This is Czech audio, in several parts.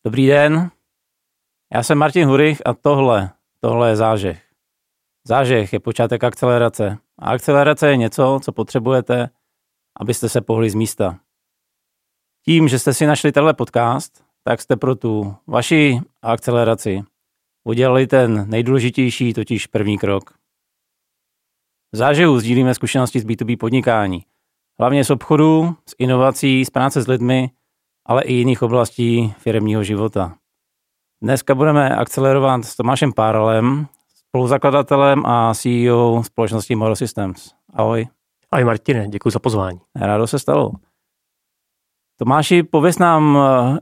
Dobrý den, já jsem Martin Hurich a tohle je zážeh. Zážeh je počátek akcelerace. A akcelerace je něco, co potřebujete, abyste se pohli z místa. Tím, že jste si našli tenhle podcast, tak jste pro tu vaši akceleraci udělali ten nejdůležitější, totiž první krok. V zážehu sdílíme zkušenosti z B2B podnikání. Hlavně z obchodu, z inovací, z práce s lidmi, ale i jiných oblastí firemního života. Dneska budeme akcelerovat s Tomášem Páralem, spoluzakladatelem a CEO společnosti Moro Systems. Ahoj. Ahoj Martine, děkuji za pozvání. Rádo se stalo. Tomáši, pověz nám,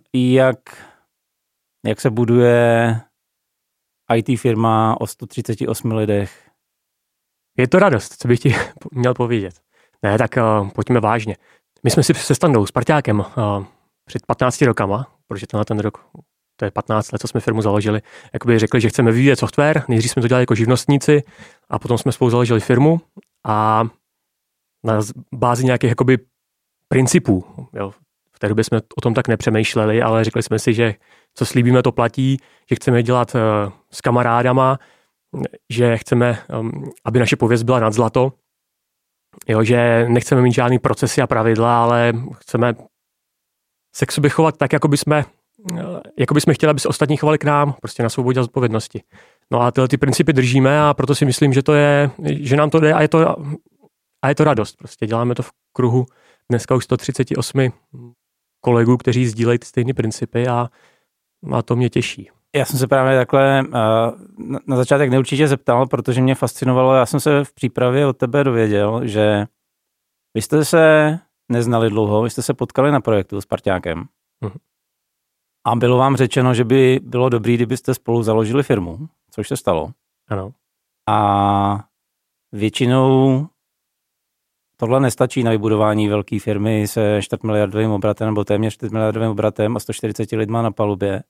jak se buduje IT firma o 138 lidech. Je to radost, co bych ti měl povědět. Ne, tak pojďme vážně. My jsme si se Standou, s parťákem, před 15 rokama, protože ten rok, to je 15 let, co jsme firmu založili, jakoby řekli, že chceme vyvíjet software. Nejdřív jsme to dělali jako živnostníci a potom jsme spolu založili firmu a na bázi nějakých jakoby principů. Jo. V té době jsme o tom tak nepřemýšleli, ale řekli jsme si, že co slíbíme, to platí, že chceme dělat s kamarádama, že chceme, aby naše pověst byla nad zlato, jo, že nechceme mít žádný procesy a pravidla, ale chceme se k sobě chovat tak, jako bychom chtěli, aby se ostatní chovali k nám, prostě na svobodě a zodpovědnosti. No a tyhle ty principy držíme a proto si myslím, že nám to jde a je to radost. Prostě děláme to v kruhu dneska už 138 kolegů, kteří sdílejí ty stejné principy a to mě těší. Já jsem se právě takhle na začátek neurčitě zeptal, protože mě fascinovalo, já jsem se v přípravě od tebe dověděl, že vy jste se neznali dlouho, vy jste se potkali na projektu s parťákem a bylo vám řečeno, že by bylo dobré, kdybyste spolu založili firmu, což se stalo. Ano. A většinou tohle nestačí na vybudování velké firmy se 4 miliardovým obratem nebo téměř 4 miliardovým obratem a 140 lidma na palubě.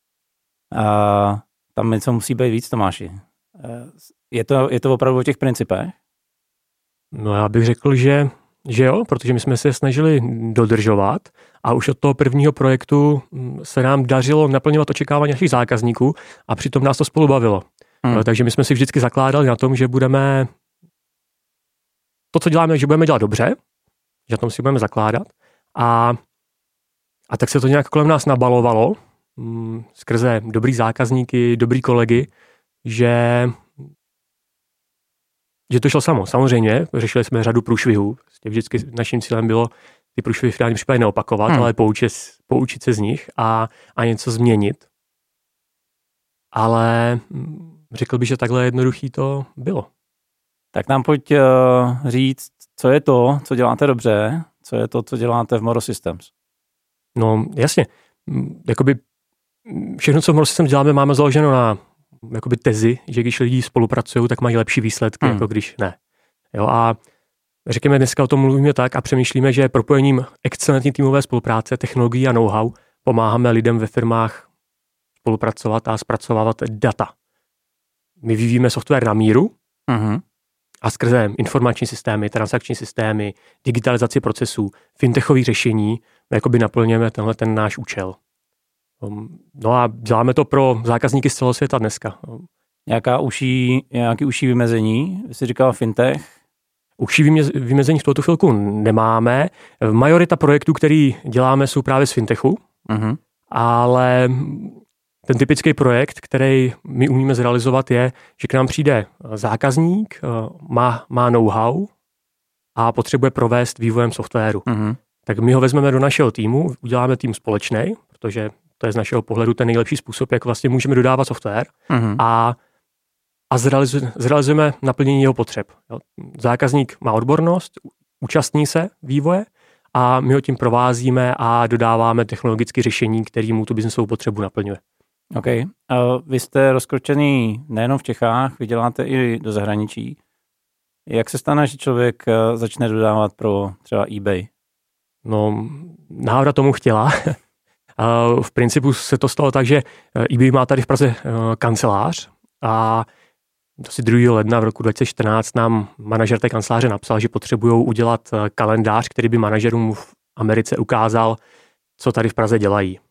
A tam něco musí být víc, Tomáši. Je to opravdu o těch principech? No já bych řekl, že jo, protože my jsme se snažili dodržovat a už od toho prvního projektu se nám dařilo naplňovat očekávání našich zákazníků a přitom nás to spolu bavilo. Takže my jsme si vždycky zakládali na tom, že budeme to, co děláme, že budeme dělat dobře, že na tom si budeme zakládat a tak se to nějak kolem nás nabalovalo skrze dobrý zákazníky, dobrý kolegy, že to šlo samo. Samozřejmě, řešili jsme řadu průšvihů. Vždycky naším cílem bylo ty průšvihy v finálním případě neopakovat, ale poučit se z nich a něco změnit. Ale řekl bych, že takhle jednoduchý to bylo. Tak nám pojď říct, co je to, co děláte dobře, co je to, co děláte v Moro Systems. No jasně. Jakoby všechno, co v Moro Systems děláme, máme založeno na jakoby tezi, že když lidi spolupracují, tak mají lepší výsledky, jako když ne. Jo, a řekněme, dneska o tom mluvíme tak a přemýšlíme, že propojením excelentní týmové spolupráce, technologií a know-how pomáháme lidem ve firmách spolupracovat a zpracovávat data. My vyvíjíme software na míru a skrze informační systémy, transakční systémy, digitalizaci procesů, fintechové řešení, jakoby naplňujeme tenhle ten náš účel. No a děláme to pro zákazníky z celého světa dneska. Nějaký užší vymezení? Vy jsi říkal fintech? Užší vymezení v tuto chvilku nemáme. Majorita projektů, který děláme, jsou právě z fintechu, ale ten typický projekt, který my umíme zrealizovat, je, že k nám přijde zákazník, má know-how a potřebuje provést vývojem softwaru. Tak my ho vezmeme do našeho týmu, uděláme tým společný, protože to je z našeho pohledu ten nejlepší způsob, jak vlastně můžeme dodávat software a zrealizujeme naplnění jeho potřeb. Jo. Zákazník má odbornost, účastní se vývoje a my ho tím provázíme a dodáváme technologické řešení, který mu tu biznesovou potřebu naplňuje. OK. Vy jste rozkročený nejenom v Čechách, vy děláte i do zahraničí. Jak se stane, že člověk začne dodávat pro třeba eBay? No, náhoda tomu chtěla. V principu se to stalo tak, že eBay má tady v Praze kancelář a asi 2. ledna v roku 2014 nám manažer té kanceláře napsal, že potřebují udělat kalendář, který by manažerům v Americe ukázal, co tady v Praze dělají.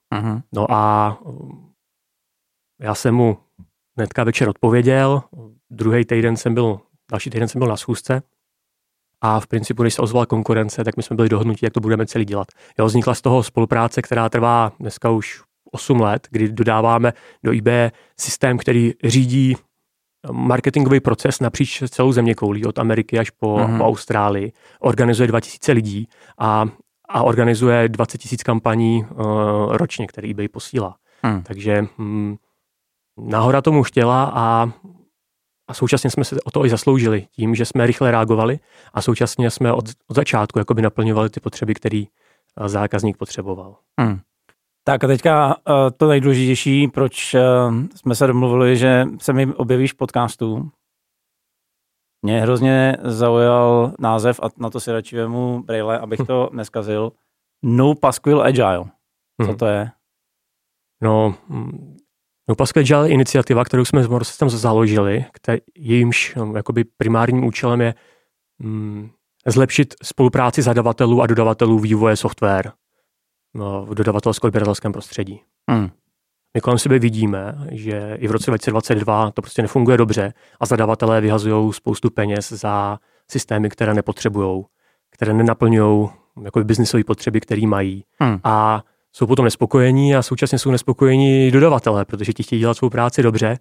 Uh-huh. No a já jsem mu hnedka večer odpověděl, další týden jsem byl na schůzce a v principu, když se ozvala konkurence, tak my jsme byli dohodnutí, jak to budeme celý dělat. Jo, vznikla z toho spolupráce, která trvá dneska už 8 let, kdy dodáváme do eBay systém, který řídí marketingový proces napříč celou zeměkoulí, od Ameriky až po Austrálii. Organizuje 2000 lidí a organizuje 20 000 kampaní ročně, který eBay posílá. Takže náhoda tomu chtěla a současně jsme se o to i zasloužili tím, že jsme rychle reagovali a současně jsme od začátku jakoby naplňovali ty potřeby, které zákazník potřeboval. Tak a teďka to nejdůležitější, proč jsme se domluvili, že se mi objevíš v podcastu. Mě hrozně zaujal název a na to si radši vemu brejle, abych to neskazil. No Pasquil Agile. Co to je? No Pasquil Agile je iniciativa, kterou jsme s Morsystem založili, jejímž jakoby primárním účelem je zlepšit spolupráci zadavatelů a dodavatelů vývoje software v dodavatelsko-odběratelském prostředí. My kolem sebe vidíme, že i v roce 2022 to prostě nefunguje dobře a zadavatelé vyhazují spoustu peněz za systémy, které nepotřebujou, které nenaplňují jakoby biznisové potřeby, které mají. A jsou potom nespokojení a současně jsou nespokojení i dodavatelé, protože ti chtějí dělat svou práci dobře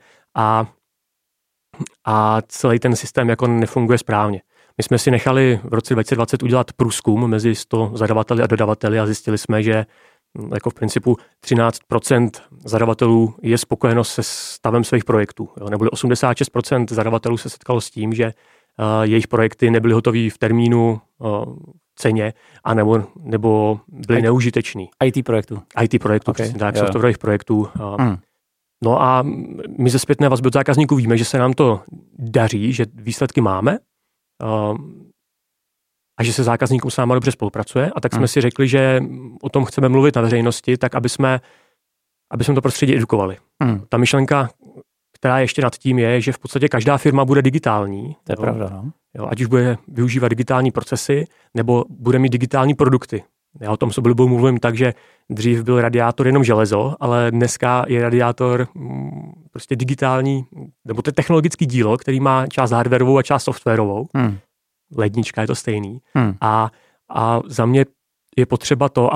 a celý ten systém jako nefunguje správně. My jsme si nechali v roce 2020 udělat průzkum mezi 100 zadavateli a dodavateli a zjistili jsme, že jako v principu 13% zadavatelů je spokojeno se stavem svých projektů. Nebo 86% zadavatelů se setkalo s tím, že jejich projekty nebyly hotové v termínu, ceně, nebo byly neužitečný. IT projektu, okay. Tak, softwarových projektů. No a my ze zpětné vazby od zákazníků víme, že se nám to daří, že výsledky máme a že se zákazníkům s náma dobře spolupracuje. A tak jsme si řekli, že o tom chceme mluvit na veřejnosti, tak aby jsme to prostředí edukovali. Ta myšlenka, která je ještě nad tím, je, že v podstatě každá firma bude digitální. To je pravda, no. Jo, ať už bude využívat digitální procesy, nebo bude mít digitální produkty. Já o tom s oblibou mluvím tak, že dřív byl radiátor jenom železo, ale dneska je radiátor prostě digitální, nebo to je technologický dílo, který má část hardwarovou a část softwarovou. Lednička je to stejný. A za mě je potřeba to,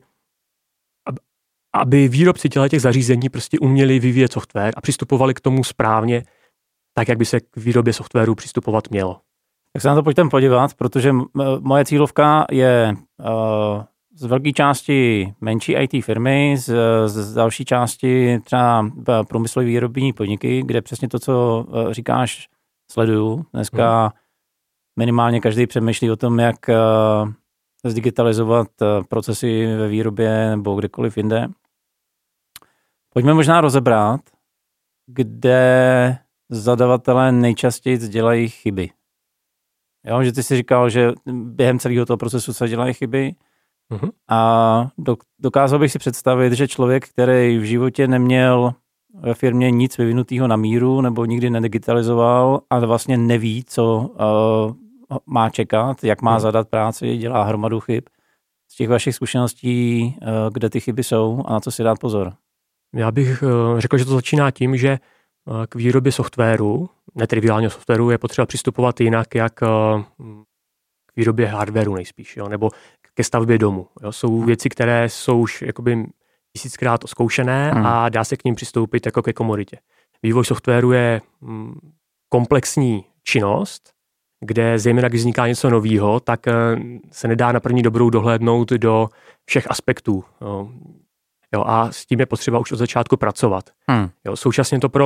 aby výrobci těch zařízení prostě uměli vyvíjet software a přistupovali k tomu správně, tak, jak by se k výrobě softwaru přistupovat mělo. Tak se na to pojďme podívat, protože moje cílovka je z velké části menší IT firmy, z další části třeba průmyslové výrobní podniky, kde přesně to, co říkáš, sleduju. Dneska minimálně každý přemýšlí o tom, jak zdigitalizovat procesy ve výrobě nebo kdekoliv jinde. Pojďme možná rozebrat, kde zadavatelé nejčastěji dělají chyby. Jo, že ty jsi říkal, že během celého toho procesu se dělají chyby a dokázal bych si představit, že člověk, který v životě neměl ve firmě nic vyvinutého na míru nebo nikdy nedigitalizoval a vlastně neví, co má čekat, jak má zadat práci, dělá hromadu chyb. Z těch vašich zkušeností, kde ty chyby jsou a na co si dát pozor? Já bych řekl, že to začíná tím, že k výrobě softwaru, netriviálního softwaru, je potřeba přistupovat jinak, jak k výrobě hardwaru nejspíš, jo? Nebo ke stavbě domu. Jo? Jsou věci, které jsou už jakoby 1000krát zkoušené a dá se k ním přistoupit jako ke komoditě. Vývoj softwaru je komplexní činnost, kde zejména, když vzniká něco nového, tak se nedá na první dobrou dohlédnout do všech aspektů. Jo, a s tím je potřeba už od začátku pracovat. Jo, současně to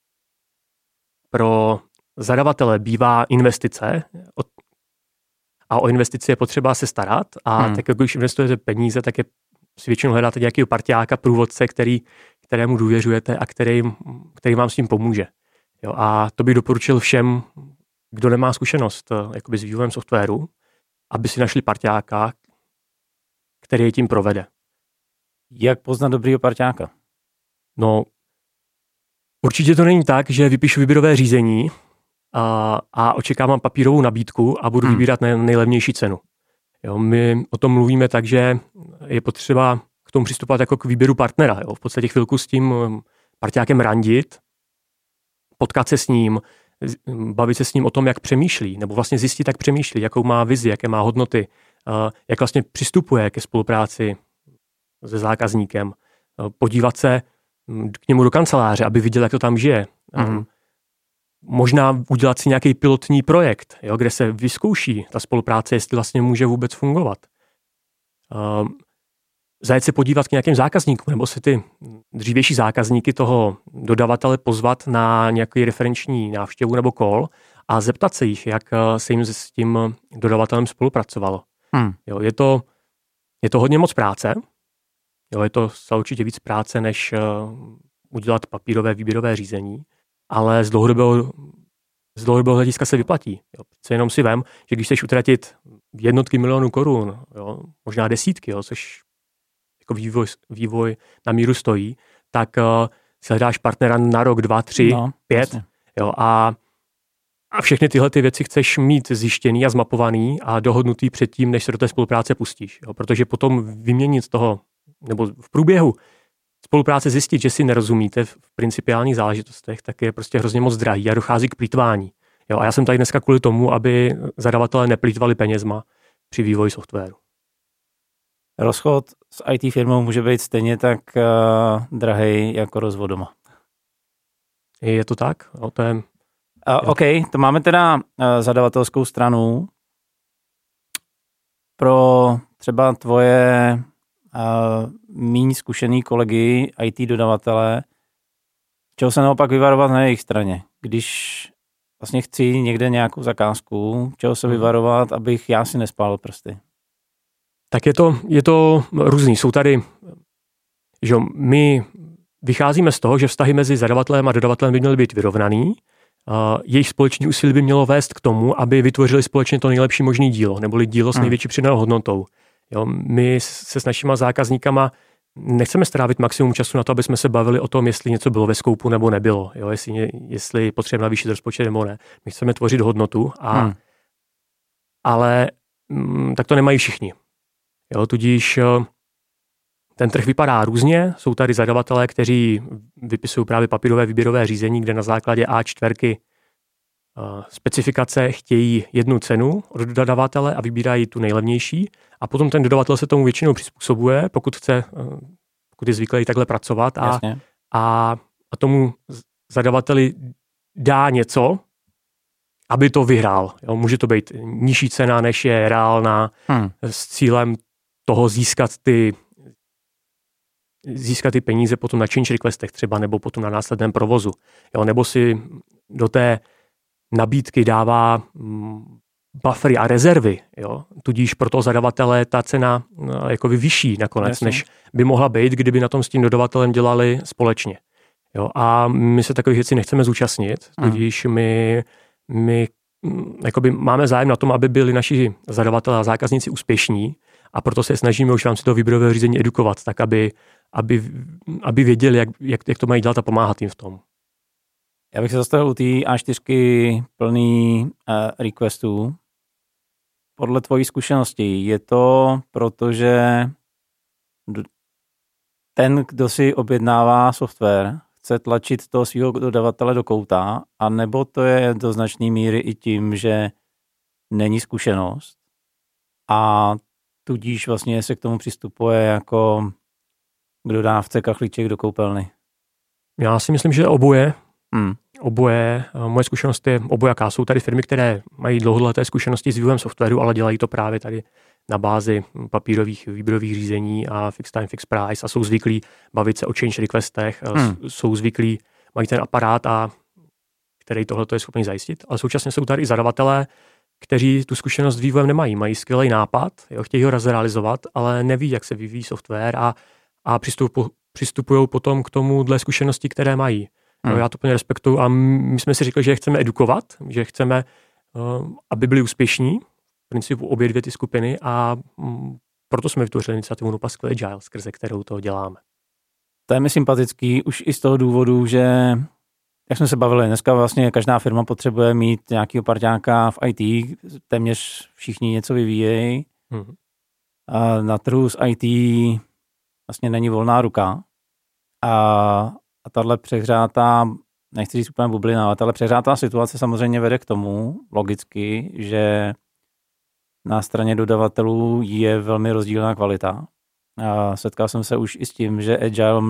pro zadavatele bývá investice a o investici je potřeba se starat a tak, když investujete peníze, tak je si většinou hledáte nějakého parťáka, průvodce, kterému důvěřujete a který vám s tím pomůže. Jo, a to bych doporučil všem, kdo nemá zkušenost jakoby s vývojem softwaru, aby si našli parťáka, který je tím provede. Jak poznat dobrýho parťáka? No, určitě to není tak, že vypíšu výběrové řízení a očekávám papírovou nabídku a budu vybírat nejlevnější cenu. Jo, my o tom mluvíme tak, že je potřeba k tomu přistupovat jako k výběru partnera. Jo? V podstatě chvilku s tím parťákem randit, potkat se s ním, bavit se s ním o tom, jak přemýšlí, nebo vlastně zjistit, jak přemýšlí, jakou má vizi, jaké má hodnoty, jak vlastně přistupuje ke spolupráci se zákazníkem, podívat se k němu do kanceláře, aby viděl, jak to tam žije. Možná udělat si nějaký pilotní projekt, jo, kde se vyzkouší ta spolupráce, jestli vlastně může vůbec fungovat. Zajet se podívat k nějakým zákazníkům, nebo si ty dřívější zákazníky toho dodavatele pozvat na nějaký referenční návštěvu nebo call a zeptat se jich, jak se jim s tím dodavatelem spolupracovalo. Jo, je to hodně moc práce. Jo, je to určitě víc práce, než udělat papírové výběrové řízení, ale z dlouhodobého hlediska se vyplatí. Jo. Přece jenom si vem, že když chceš utratit jednotky milionů korun, jo, možná desítky, jo, což jako vývoj na míru stojí, tak si hledáš partnera na rok, 2, 3, 5. Jo, a všechny tyhle ty věci chceš mít zjištěný a zmapovaný a dohodnutý předtím, než se do té spolupráce pustíš. Jo, protože potom vyměnit toho, nebo v průběhu spolupráce zjistit, že si nerozumíte v principiálních záležitostech, tak je prostě hrozně moc drahý a dochází k plýtvání. Jo, a já jsem tady dneska kvůli tomu, aby zadavatelé neplýtvali penězma při vývoji softwaru. Rozchod s IT firmou může být stejně tak drahej jako rozvod doma. Je to tak? No, to je... OK, to máme teda zadavatelskou stranu. Pro třeba tvoje míň zkušený kolegy IT dodavatele, čeho se naopak vyvarovat na jejich straně. Když vlastně chci někde nějakou zakázku, čeho se vyvarovat, abych já si nespálil prsty. Tak je to různý. Jsou tady, že my vycházíme z toho, že vztahy mezi zadavatelem a dodavatelem by měly být vyrovnaný. Jejich společné úsilí by mělo vést k tomu, aby vytvořili společně to nejlepší možné dílo, neboli dílo s největší přidanou hodnotou. Jo, my se s našimi zákazníkama nechceme strávit maximum času na to, aby jsme se bavili o tom, jestli něco bylo ve skoupu nebo nebylo, jo, jestli potřebujeme navýšit rozpočet nebo ne. My chceme tvořit hodnotu, ale tak to nemají všichni. Jo, tudíž ten trh vypadá různě. Jsou tady zadavatelé, kteří vypisují právě papírové výběrové řízení, kde na základě A4 specifikace chtějí jednu cenu od dodavatele a vybírají tu nejlevnější. A potom ten dodavatel se tomu většinou přizpůsobuje, pokud je zvyklý takhle pracovat a tomu zadavateli dá něco, aby to vyhrál. Jo, může to být nižší cena, než je reálná, s cílem toho získat ty peníze potom na change requestech třeba, nebo potom na následném provozu. Jo, nebo si do té nabídky dává buffery a rezervy. Jo. Tudíž pro toho zadavatele ta cena jako vyšší nakonec, než by mohla být, kdyby na tom s tím dodavatelem dělali společně. Jo. A my se takových věcí nechceme zúčastnit, tudíž my jakoby máme zájem na tom, aby byli naši zadavatelé a zákazníci úspěšní, a proto se snažíme už v rámci toho výběrového řízení edukovat, tak aby věděli, jak to mají dělat a pomáhat jim v tom. Já bych se zastavil u té A4 plný requestů. Podle tvojí zkušenosti je to proto, že ten, kdo si objednává software, chce tlačit toho svého dodavatele do kouta, a nebo to je do značné míry i tím, že není zkušenost a tudíž vlastně se k tomu přistupuje jako k dodávce kachlíček do koupelny? Já si myslím, že oboje. Oboje, moje zkušenost je obojaká. Jsou tady firmy, které mají dlouholeté zkušenosti s vývojem softwaru, ale dělají to právě tady na bázi papírových výběrových řízení a fixed time, fixed price a jsou zvyklí bavit se o change requestech, jsou zvyklí, mají ten aparát, který tohle je schopný zajistit, ale současně jsou tady i zadavatelé, kteří tu zkušenost s vývojem nemají. Mají skvělý nápad, chtějí ho zrealizovat, ale neví, jak se vyvíjí software a přistupují potom k tomu dle zkušeností, které mají. Já to plně respektuju a my jsme si řekli, že je chceme edukovat, že chceme, aby byli úspěšní, v principu obě dvě ty skupiny, a proto jsme vytvořili iniciativu No Pascal Agile, skrze kterou to děláme. To je mi sympatický už i z toho důvodu, že jak jsme se bavili, dneska vlastně každá firma potřebuje mít nějakého parťáka v IT, téměř všichni něco vyvíjejí. A na trhu s IT vlastně není volná ruka a tahle přehřátá, nechci říct úplně bublina, ale tahle přehřátá situace samozřejmě vede k tomu, logicky, že na straně dodavatelů je velmi rozdílná kvalita. A setkal jsem se už i s tím, že Agile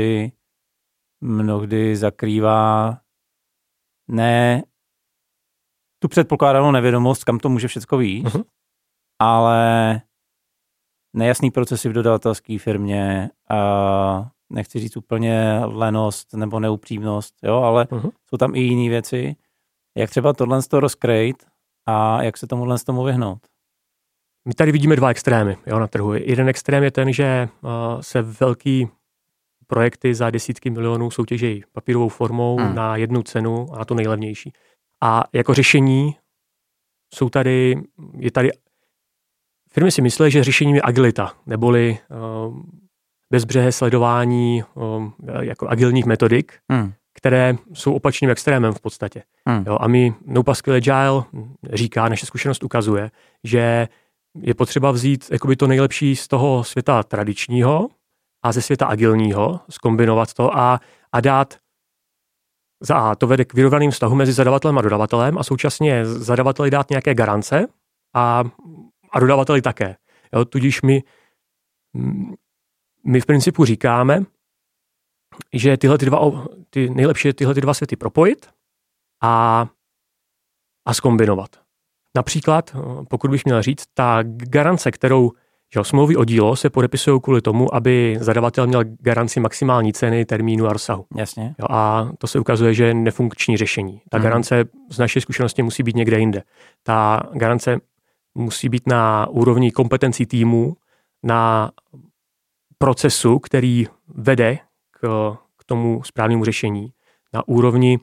mnohdy zakrývá ne tu předpokládanou nevědomost, kam to může všechno výjít, ale nejasný procesy v dodavatelské firmě, a nechci říct úplně lenost nebo neupřímnost, jo, ale jsou tam i jiné věci. Jak třeba tohle rozkrýt a jak se tomu vyhnout? My tady vidíme dva extrémy, jo, na trhu. Jeden extrém je ten, že se velký projekty za desítky milionů soutěžejí papírovou formou na jednu cenu a na to nejlevnější. A jako řešení je tady firmy si myslí, že řešením je agilita, neboli bezbřehé sledování jako agilních metodik, které jsou opačným extrémem v podstatě. Jo, a No Pascal Agile říká, naše zkušenost ukazuje, že je potřeba vzít jakoby to nejlepší z toho světa tradičního a ze světa agilního, zkombinovat to a dát to vede k vyrovnaným vztahu mezi zadavatelem a dodavatelem a současně zadavateli dát nějaké garance a dodavateli také. Jo, tudíž my v principu říkáme, že nejlepší je tyhle dva světy propojit a zkombinovat. Například, pokud bych měl říct, ta garance, kterou smlouvy o dílo se podepisují kvůli tomu, aby zadavatel měl garanci maximální ceny, termínu a rozsahu. Jasně. Jo, a to se ukazuje, že je nefunkční řešení. Ta garance z naší zkušenosti musí být někde jinde. Ta garance musí být na úrovni kompetencí týmu, na procesu, který vede k tomu správnému řešení, na úrovni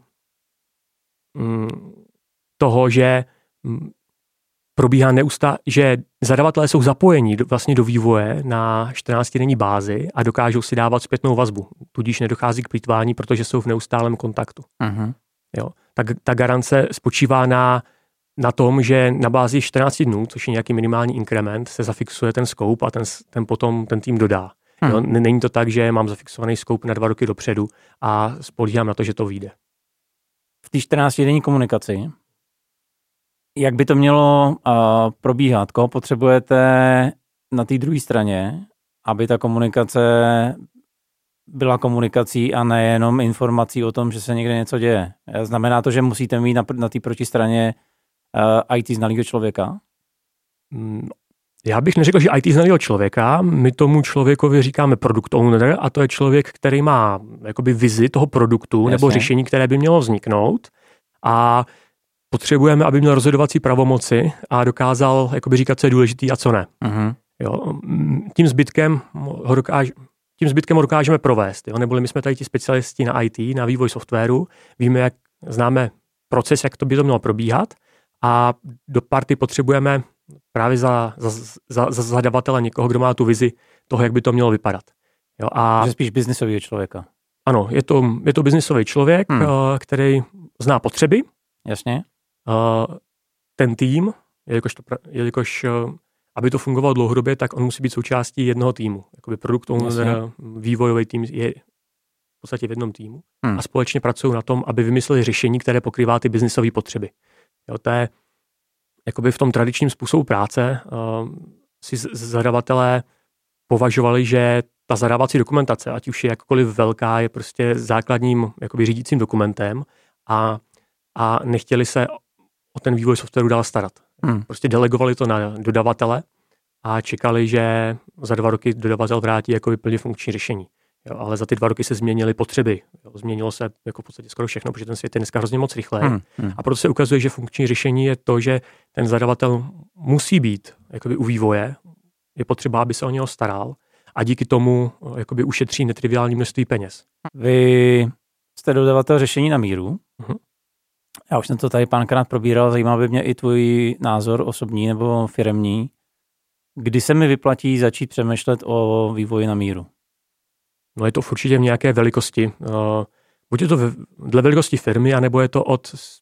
toho, že probíhá že zadavatelé jsou zapojeni vlastně do vývoje na 14denní bázi a dokážou si dávat zpětnou vazbu. Tudíž nedochází k plýtvání, protože jsou v neustálém kontaktu. Jo. Tak ta garance spočívá na tom, že na bázi 14 dnů, což je nějaký minimální inkrement, se zafixuje ten scope a ten potom ten tým dodá. Jo. Není to tak, že mám zafixovaný scope na 2 roky dopředu a spolíhám na to, že to vyjde. V té 14denní komunikaci jak by to mělo probíhat? Koho potřebujete na té druhé straně, aby ta komunikace byla komunikací a nejenom informací o tom, že se někde něco děje? Znamená to, že musíte mít na té protistraně IT znalýho člověka? Já bych neřekl, že IT znalýho člověka. My tomu člověkovi říkáme product owner a to je člověk, který má jakoby vizi toho produktu nebo řešení, které by mělo vzniknout a potřebujeme, aby měl rozhodovací pravomoci a dokázal jakoby říkat, co je důležitý a co ne. Jo, tím zbytkem ho dokážeme provést. Jo? Neboli my jsme tady ti specialisti na IT, na vývoj softwaru, známe proces, jak to by to mělo probíhat a do party potřebujeme právě za zadavatele někoho, kdo má tu vizi toho, jak by to mělo vypadat. Jo? Že spíš biznisového člověka. Ano, je to biznisový člověk, který zná potřeby. Jasně. Ten tým, jelikož aby to fungovalo dlouhodobě, tak on musí být součástí jednoho týmu. Jakoby produkt owner, vývojový tým je v podstatě v jednom týmu a společně pracují na tom, aby vymysleli řešení, které pokrývá ty biznisové potřeby. Jo, to je jakoby v tom tradičním způsobu práce si zadavatelé považovali, že ta zadávací dokumentace, ať už je jakkoliv velká, je prostě základním jakoby řídícím dokumentem a nechtěli se o ten vývoj softwaru dál starat. Prostě delegovali to na dodavatele a čekali, že za 2 roky dodavatel vrátí jako plně funkční řešení. Jo, ale za ty 2 roky se změnily potřeby. Jo, změnilo se jako v podstatě skoro všechno, protože ten svět je dneska hrozně moc rychlej. A proto se ukazuje, že funkční řešení je to, že ten zadavatel musí být jakoby u vývoje, je potřeba, aby se o něho staral a díky tomu jakoby ušetří netriviální množství peněz. Vy jste dodavatel řešení na míru. Já už jsem to tady párkrát probíral, zajímal by mě i tvůj názor osobní nebo firemní. Kdy se mi vyplatí začít přemýšlet o vývoji na míru? No je to určitě v nějaké velikosti. Buď je to dle velikosti firmy, anebo je to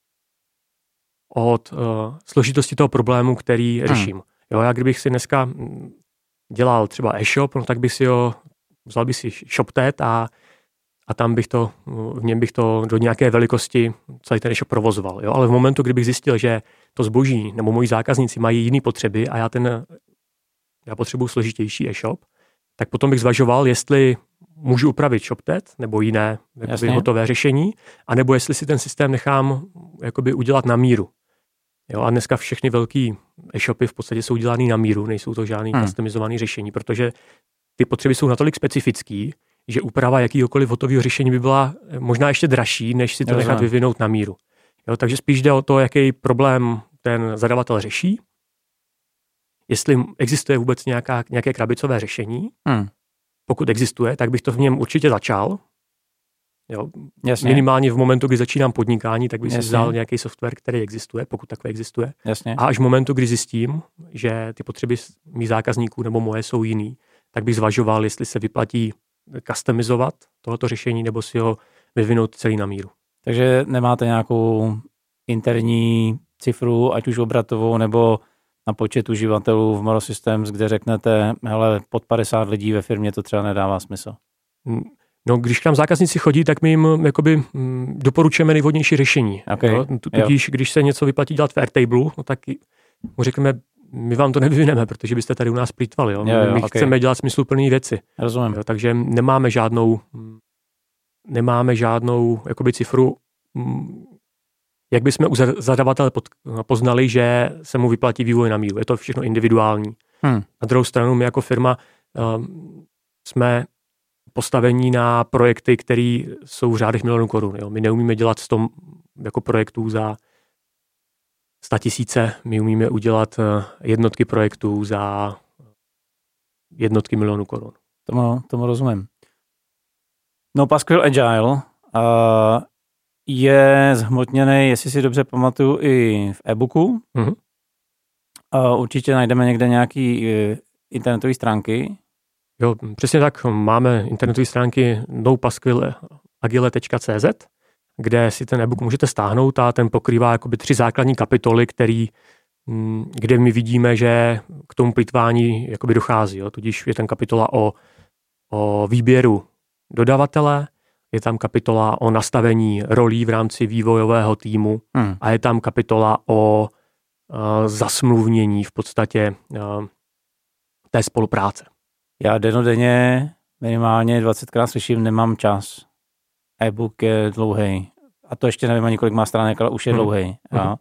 od složitosti toho problému, který řeším. Jo, já kdybych si dneska dělal třeba e-shop, no tak bych si ho vzal bych si ShopTet a tam v něm bych to do nějaké velikosti celý ten e-shop provozoval. Jo? Ale v momentu, kdybych zjistil, že to zboží nebo moji zákazníci mají jiné potřeby a já potřebuji složitější e-shop, tak potom bych zvažoval, jestli můžu upravit ShopTet nebo jiné hotové řešení, anebo jestli si ten systém nechám jakoby udělat na míru. Jo, a dneska všechny velký e-shopy v podstatě jsou dělaný na míru, nejsou to žádný customizovaný řešení, protože ty potřeby jsou natolik specifický, že úprava jakýhokoliv hotového řešení by byla možná ještě dražší, než si to nechat vyvinout na míru. Jo, takže spíš jde o to, jaký problém ten zadavatel řeší, jestli existuje vůbec nějaké krabicové řešení. Pokud existuje, tak bych to v něm určitě začal. Jo, minimálně v momentu, kdy začínám podnikání, tak bych si vzal nějaký software, který existuje, pokud takový existuje. Jasně. A až v momentu, kdy zjistím, že ty potřeby mých zákazníků nebo moje jsou jiný, tak bych zvažoval, jestli se vyplatí customizovat tohoto řešení nebo si ho vyvinout celý na míru. Takže nemáte nějakou interní cifru, ať už obratovou nebo na počet uživatelů v Moro Systems, kde řeknete, hele, pod 50 lidí ve firmě to třeba nedává smysl? No, když k nám zákazníci chodí, tak my jim jakoby doporučujeme nejvhodnější řešení. Okay. Tudíž, když se něco vyplatí dělat v Airtable, no tak mu řekneme, my vám to nevyvineme, protože byste tady u nás plýtvali. Jo? My chceme dělat smysluplné věci. Rozumím. Jo? Takže nemáme žádnou jakoby cifru, jak bychom u zadavatele poznali, že se mu vyplatí vývoj na míru. Je to všechno individuální. Na druhou stranu my jako firma jsme postavení na projekty, které jsou v řádech milionů korun. Jo. My neumíme dělat 100 jako projektů za 100 000, my umíme udělat jednotky projektů za jednotky milionů korun. Tomu rozumím. No, Pascal Agile je zhmotněný, jestli si dobře pamatuju, i v e-booku. Určitě najdeme někde nějaký internetové stránky. Jo, přesně tak. Máme internetové stránky nopascalagile.cz, kde si ten e-book můžete stáhnout a ten pokrývá jakoby 3 základní kapitoly, kde my vidíme, že k tomu plýtvání jakoby dochází. Jo. Tudíž je tam kapitola o výběru dodavatele, je tam kapitola o nastavení rolí v rámci vývojového týmu a je tam kapitola o zasmluvnění v podstatě té spolupráce. Já dennodenně minimálně 20krát slyším, nemám čas. E-book je dlouhej. A to ještě nevím ani, kolik má stránek, ale už je dlouhej.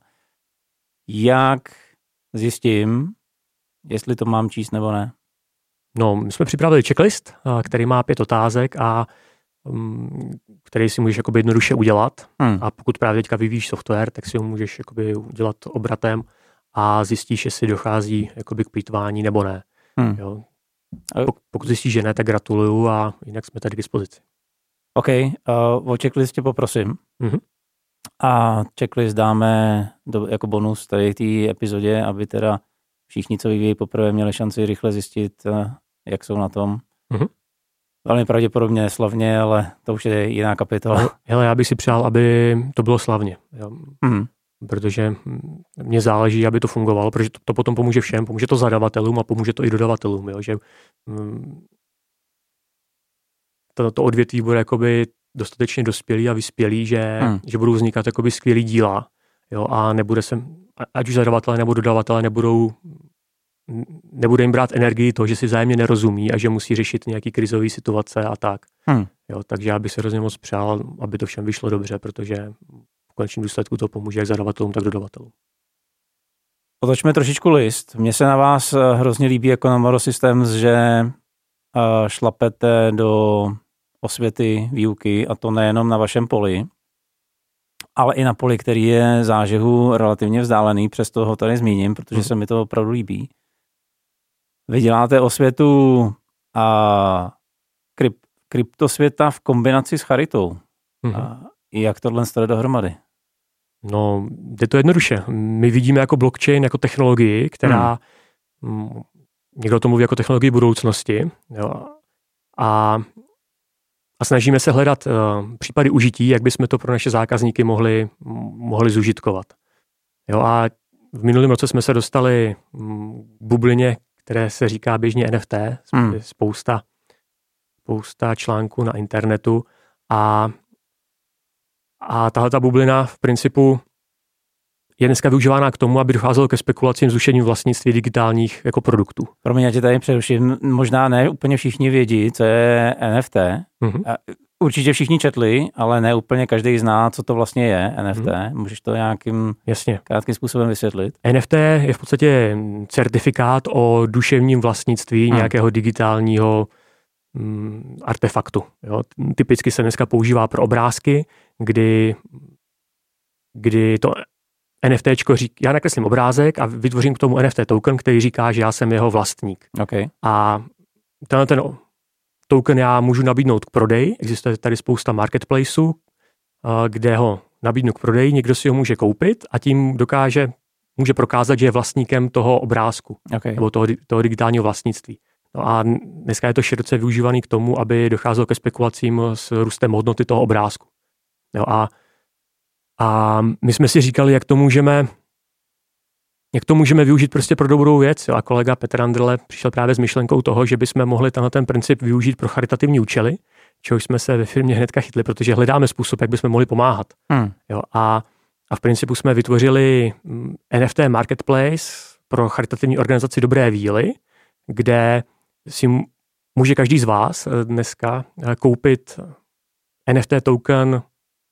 Jak zjistím, jestli to mám číst nebo ne? No, my jsme připravili checklist, který má 5 otázek a který si můžeš jakoby jednoduše udělat. A pokud právě teďka vyvíjíš software, tak si ho můžeš jakoby udělat obratem a zjistíš, jestli dochází jakoby k plýtvání nebo ne. Jo. Pokud zjistíš, že ne, tak gratuluju a jinak jsme tady k dispozici. OK, o checklistě poprosím. A checklist dáme jako bonus tady v té epizodě, aby teda všichni, co vyvíjí poprvé, měli šanci rychle zjistit, jak jsou na tom. Velmi pravděpodobně slavně, ale to už je jiná kapitola. Hele, já bych si přál, aby to bylo slavně. Jo. Protože mně záleží, aby to fungovalo, protože to potom pomůže všem, pomůže to zadavatelům a pomůže to i dodavatelům, jo, že to odvětví bude jakoby dostatečně dospělý a vyspělý, že budou vznikat jakoby skvělý díla, jo, a nebude se, ať už zadavatelé nebo dodavatelé nebude jim brát energii to, že si vzájemně nerozumí a že musí řešit nějaký krizový situace a tak. Jo, takže já bych se hrozně moc přál, aby to všem vyšlo dobře, protože v konečném důsledku to pomůže jak zadavatelům, tak dodavatelům. Otočme trošičku list. Mně se na vás hrozně líbí jako na Moro Systems, že šlapete do osvěty výuky, a to nejenom na vašem poli, ale i na poli, který je zážehu relativně vzdálený, přesto ho tady zmíním, protože se mi to opravdu líbí. Vy děláte osvětu kryptosvěta v kombinaci s charitou. Jak tohle jde dohromady? No, jde to jednoduše. My vidíme jako blockchain, jako technologii, která, někdo to mluví jako technologii budoucnosti, jo, a snažíme se hledat případy užití, jak bychom to pro naše zákazníky mohli zužitkovat. Jo, a v minulém roce jsme se dostali k bublině, které se říká běžně NFT, spousta spousta článků na internetu a tahle ta bublina v principu je dneska využívána k tomu, aby docházelo ke spekulacím zrušením vlastnictví digitálních jako produktů. Promiň, já tě tady přeruším. Možná ne úplně všichni vědí, co je NFT. Mm-hmm. Určitě všichni četli, ale ne úplně každý zná, co to vlastně je NFT. Mm-hmm. Můžeš to nějakým krátkým způsobem vysvětlit? NFT je v podstatě certifikát o duševním vlastnictví nějakého digitálního artefaktu. Jo. Typicky se dneska používá pro obrázky, kdy to NFTčko říká, já nakreslím obrázek a vytvořím k tomu NFT token, který říká, že já jsem jeho vlastník. Okay. A ten token já můžu nabídnout k prodeji. Existuje tady spousta marketplaceů, kde ho nabídnu k prodeji, někdo si ho může koupit a tím může prokázat, že je vlastníkem toho obrázku nebo toho digitálního vlastnictví. No a dneska je to široce využívaný k tomu, aby docházelo ke spekulacím s růstem hodnoty toho obrázku. Jo, a my jsme si říkali, jak to můžeme využít prostě pro dobrou věc. Jo. A kolega Petr Andrle přišel právě s myšlenkou toho, že bychom mohli ten princip využít pro charitativní účely, čehož jsme se ve firmě hnedka chytli, protože hledáme způsob, jak bychom mohli pomáhat. Jo, a v principu jsme vytvořili NFT marketplace pro charitativní organizaci Dobré víly, kde si může každý z vás dneska koupit NFT token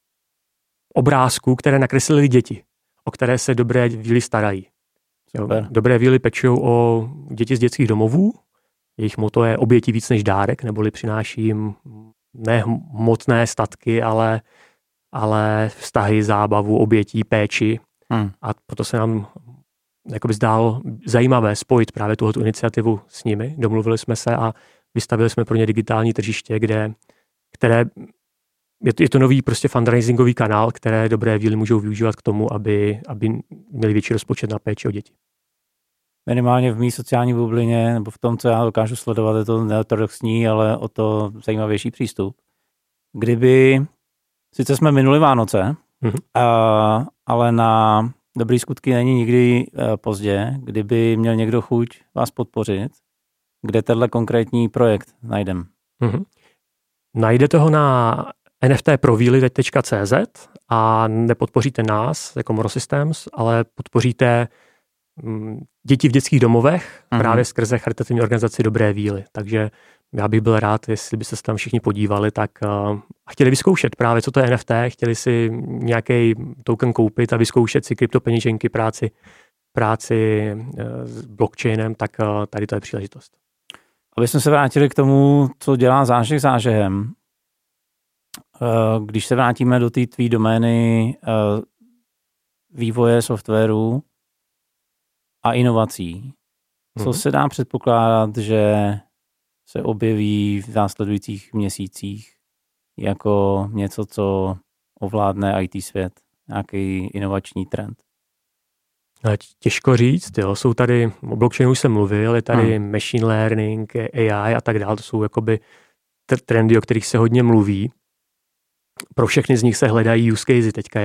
obrázků, které nakreslili děti, o které se Dobré víly starají. Dobré víly pečují o děti z dětských domovů. Jejich motto je oběti víc než dárek, neboli přináší jim ne hmotné statky, ale vztahy, zábavu, obětí, péči. A proto se nám jakoby zdálo zajímavé spojit právě tuhletu iniciativu s nimi. Domluvili jsme se a vystavili jsme pro ně digitální tržiště, které je to nový prostě fundraisingový kanál, které Dobré víly můžou využívat k tomu, aby měli větší rozpočet na péči o děti. Minimálně v mý sociální bublině, nebo v tom, co já dokážu sledovat, je to neortodoxní, ale o to zajímavější přístup. Kdyby, sice jsme minuli Vánoce, ale na dobrý skutky není nikdy pozdě, kdyby měl někdo chuť vás podpořit, kde tenhle konkrétní projekt najdem? Najdete ho na nftprovily.cz a nepodpoříte nás jako Moro Systems, ale podpoříte děti v dětských domovech právě skrze charitativní organizaci Dobré víly. Takže já bych byl rád, jestli byste se tam všichni podívali, tak chtěli vyzkoušet právě, co to je NFT, chtěli si nějaký token koupit a vyzkoušet si kryptopeněženky, práci s blockchainem, tak tady to je příležitost. Aby jsme se vrátili k tomu, co dělá zážeh zážehem. Když se vrátíme do té tvý domény vývoje softwaru a inovací, co se dá předpokládat, že se objeví v následujících měsících jako něco, co ovládne IT svět, nějaký inovační trend? Těžko říct, jo. Jsou tady, o blockchainu už jsem mluvil, je tady machine learning, AI a tak dále, to jsou jakoby trendy, o kterých se hodně mluví. Pro všechny z nich se hledají use casey teďka,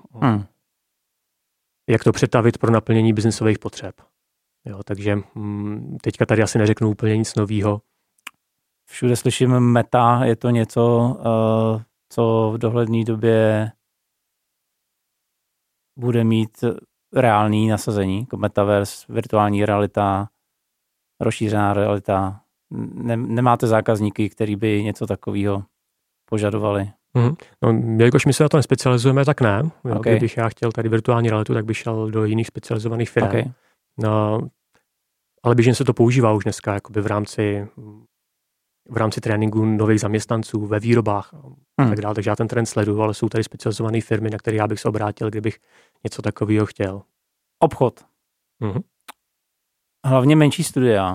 jak to přetavit pro naplnění biznesových potřeb. Jo, takže teďka tady asi neřeknu úplně nic nového. Všude slyším meta, je to něco, co v dohledné době bude mít reálný nasazení, jako metaverse, virtuální realita, rozšířená realita. Nemáte zákazníky, který by něco takového požadovali? No, jelikož my se na to nespecializujeme, tak ne. Okay. Kdybych já chtěl tady virtuální realitu, tak bych šel do jiných specializovaných firm. Okay. No, ale běžně se to používá už dneska jakoby v rámci tréninku nových zaměstnanců ve výrobách a tak dále. Takže já ten trend sleduju, ale jsou tady specializované firmy, na které já bych se obrátil, kdybych něco takového chtěl. Obchod. Hlavně menší studia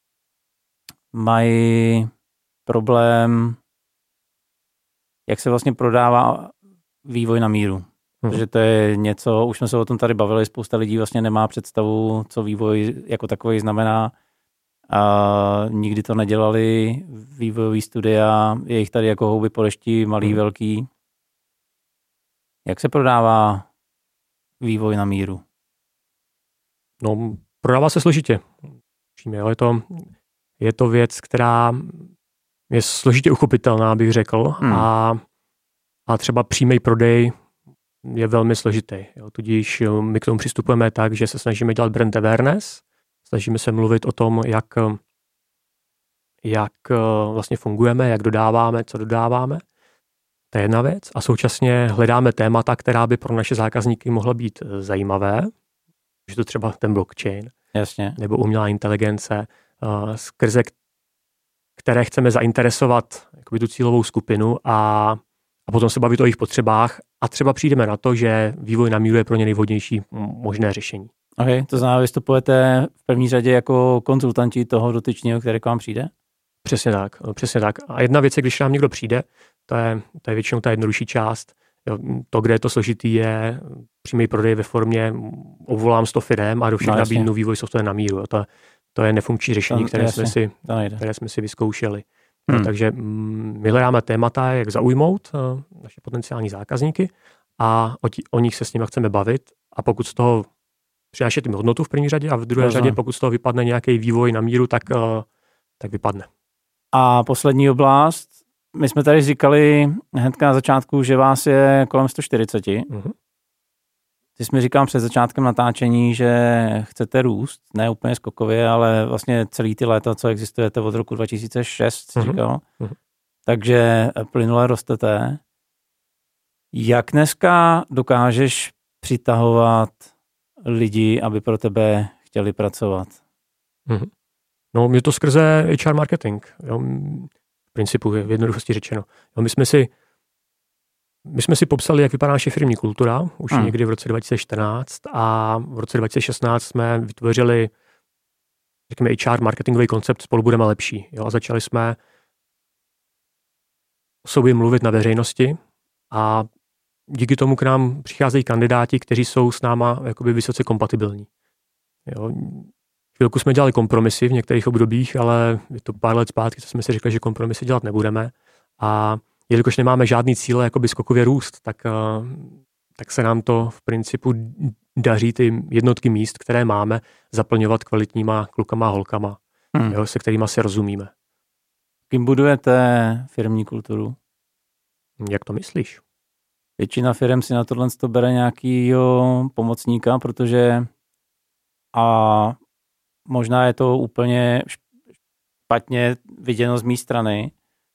mají problém, jak se vlastně prodává vývoj na míru. Protože to je něco, už jsme se o tom tady bavili, spousta lidí vlastně nemá představu, co vývoj jako takový znamená. A nikdy to nedělali, vývojový studia, je jich tady jako houby po dešti, malý, velký. Jak se prodává vývoj na míru? No, prodává se složitě. Je to věc, která je složitě uchopitelná, bych řekl, a třeba přímý prodej je velmi složitý. Jo. Tudíž my k tomu přistupujeme tak, že se snažíme dělat brand awareness, snažíme se mluvit o tom, jak vlastně fungujeme, jak dodáváme, co dodáváme. To je jedna věc. A současně hledáme témata, která by pro naše zákazníky mohla být zajímavé, že to třeba ten blockchain, jasně, nebo umělá inteligence, skrze které chceme zainteresovat jakoby tu cílovou skupinu a potom se bavit o jejich potřebách a třeba přijdeme na to, že vývoj na míru je pro ně nejvhodnější možné řešení. Okay, to znamená, vystupujete v první řadě jako konzultanti toho dotyčného, který k vám přijde? Přesně tak. A jedna věc je, když nám někdo přijde, to je většinou ta jednodušší část. To, kde je to složitý, je přímý prodej ve formě obvolám 100 firem a do všech nabídnu vývoj software na míru. To je nefunkční řešení, které jsme si vyzkoušeli. Takže my hledáme témata, jak zaujmout naše potenciální zákazníky a o nich se s nimi chceme bavit a pokud z toho přinášet jim hodnotu v první řadě a v druhé řadě, pokud z toho vypadne nějaký vývoj na míru, tak vypadne. A poslední oblast, my jsme tady říkali hnedka na začátku, že vás je kolem 140. Mm-hmm. Ty jsi mi říkal před začátkem natáčení, že chcete růst, ne úplně skokově, ale vlastně celý ty léta, co existujete od roku 2006, jsi říkal. Mm-hmm. Takže plynule rostete. Jak dneska dokážeš přitahovat lidi, aby pro tebe chtěli pracovat? Mm-hmm. No, je to skrze HR marketing. Jo. V principu, v jednoduchosti řečeno. Jo, my jsme si popsali, jak vypadá naše firmní kultura, už někdy v roce 2014 a v roce 2016 jsme vytvořili, řekněme, HR marketingový koncept Spolu budeme lepší. Jo, a začali jsme o sobě mluvit na veřejnosti a díky tomu k nám přicházejí kandidáti, kteří jsou s náma jakoby vysoce kompatibilní. Jo. Chvilku jsme dělali kompromisy v některých obdobích, ale je to pár let zpátky, co jsme si řekli, že kompromisy dělat nebudeme. A jelikož nemáme žádný cíle jakoby skokově růst, tak se nám to v principu daří ty jednotky míst, které máme, zaplňovat kvalitníma klukama a holkama, jo, se kterými si rozumíme. Kým budujete firmní kulturu? Jak to myslíš? Většina firem si na tohle bere nějakýho pomocníka, protože a možná je to úplně špatně viděno z mé strany.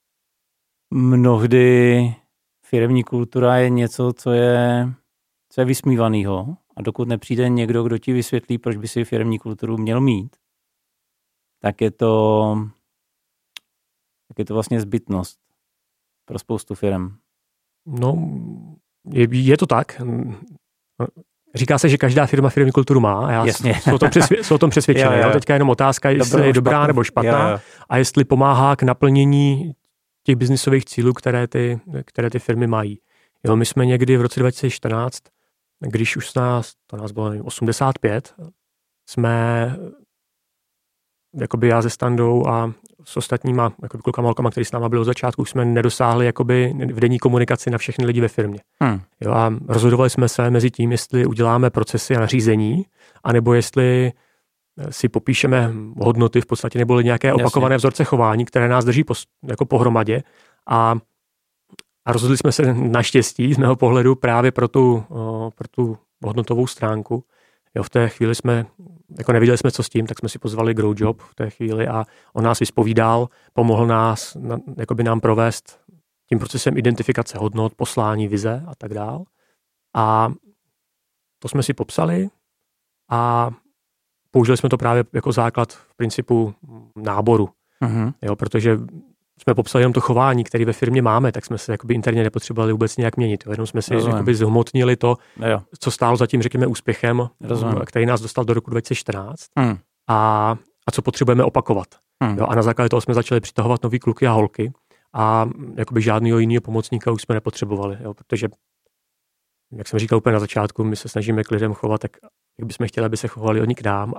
Mnohdy firemní kultura je něco, co je vysmívanýho a dokud nepřijde někdo, kdo ti vysvětlí, proč by si firemní kulturu měl mít, tak je to vlastně zbytnost pro spoustu firem. No, je to tak. Říká se, že každá firma firemní kulturu má a já jsem o tom přesvědčený. Jo. Teďka je jenom otázka, jestli je dobrá nebo špatná a jestli pomáhá k naplnění těch biznisových cílů, které ty firmy mají. Jo, my jsme někdy v roce 2014, když už to nás bylo 85, jsme jakoby já se Standou a s ostatníma jakoby klukama, holkama, který s náma byli od začátku, už jsme nedosáhli jakoby v denní komunikaci na všechny lidi ve firmě. Jo, a rozhodovali jsme se mezi tím, jestli uděláme procesy a nařízení, anebo jestli si popíšeme hodnoty v podstatě, nebo nějaké opakované vzorce chování, které nás drží jako pohromadě. A rozhodli jsme se naštěstí z mého pohledu právě pro tu hodnotovou stránku. Jo, v té chvíli jsme, jako nevěděli jsme, co s tím, tak jsme si pozvali Grow Job v té chvíli a on nás vyspovídal, pomohl nám provést tím procesem identifikace hodnot, poslání, vize a tak dál. A to jsme si popsali a použili jsme to právě jako základ v principu náboru. Jo, protože jsme popsali jenom to chování, které ve firmě máme, tak jsme se jakoby interně nepotřebovali vůbec nějak měnit. Jo. Jenom jsme si jakoby zhmotnili to, co stálo za tím, řekněme, úspěchem, který nás dostal do roku 2014 a co potřebujeme opakovat. Jo. A na základě toho jsme začali přitahovat nový kluky a holky a jakoby žádného jiného pomocníka už jsme nepotřebovali, jo, protože, jak jsem říkal úplně na začátku, my se snažíme k lidem chovat, tak jak bychom chtěli, aby se chovali oni k nám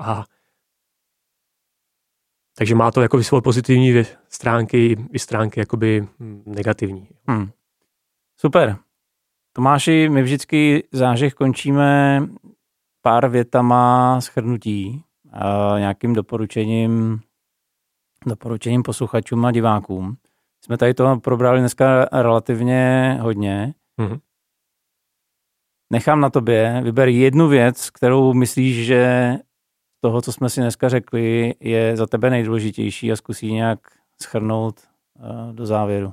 takže má to jako svoje pozitivní stránky i stránky jakoby negativní. Super. Tomáši, my vždycky zážeh končíme pár větama shrnutí a nějakým doporučením posluchačům a divákům. Jsme tady to probrali dneska relativně hodně. Mm-hmm. Nechám na tobě, vyber jednu věc, kterou myslíš, že toho, co jsme si dneska řekli, je za tebe nejdůležitější a zkusí nějak shrnout do závěru.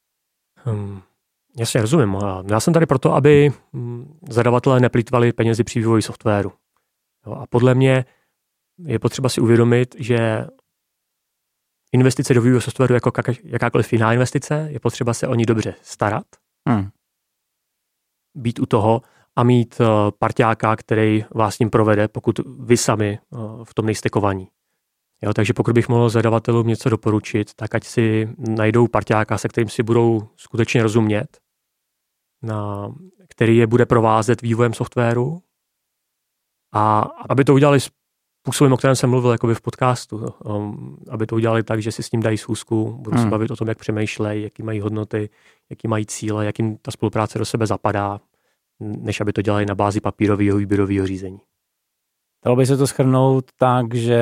Jasně, rozumím. Já jsem tady proto, aby zadavatelé neplýtvali penězi při vývoji softwaru. A podle mě je potřeba si uvědomit, že investice do vývoje softwaru jako jakákoliv jiná investice, je potřeba se o ní dobře starat, být u toho a mít parťáka, který vás s ním provede, pokud vy sami v tom nejste kovaní. Jo, takže pokud bych mohl zadavatelům něco doporučit, tak ať si najdou parťáka, se kterým si budou skutečně rozumět, který je bude provázet vývojem softwaru a aby to udělali způsobem, o kterém jsem mluvil jakoby v podcastu, aby to udělali tak, že si s ním dají schůzku, budou se bavit o tom, jak přemýšlejí, jaký mají hodnoty, jaký mají cíle, jak jim ta spolupráce do sebe zapadá, než aby to dělali na bázi papírového výběrového řízení. Dalo by se to shrnout tak, že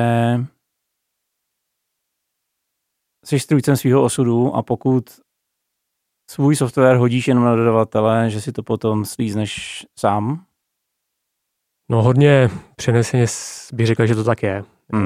jsi strůjcem svého osudu a pokud svůj software hodíš jenom na dodavatele, že si to potom slízneš sám? No hodně přeneseně bych řekl, že to tak je.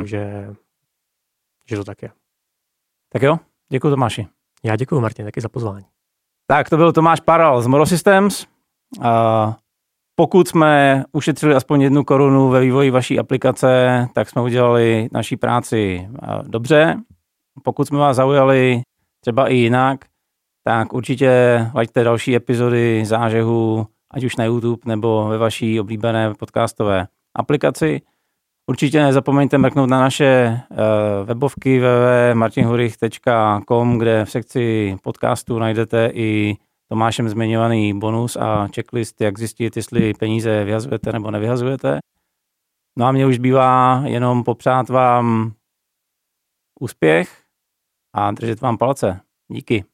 Že to tak je. Tak jo, děkuji Tomáši. Já děkuji Martin, taky za pozvání. Tak to byl Tomáš Paral z Moro Systems. Pokud jsme ušetřili aspoň 1 korunu ve vývoji vaší aplikace, tak jsme udělali naší práci dobře. Pokud jsme vás zaujali třeba i jinak, tak určitě laďte další epizody Zážehu, ať už na YouTube nebo ve vaší oblíbené podcastové aplikaci. Určitě nezapomeňte mrknout na naše webovky www.martinhurich.com, kde v sekci podcastu najdete i Tomášem zmiňovaný bonus a checklist, jak zjistit, jestli peníze vyhazujete nebo nevyhazujete. No a mně už bývá jenom popřát vám úspěch a držet vám palce. Díky.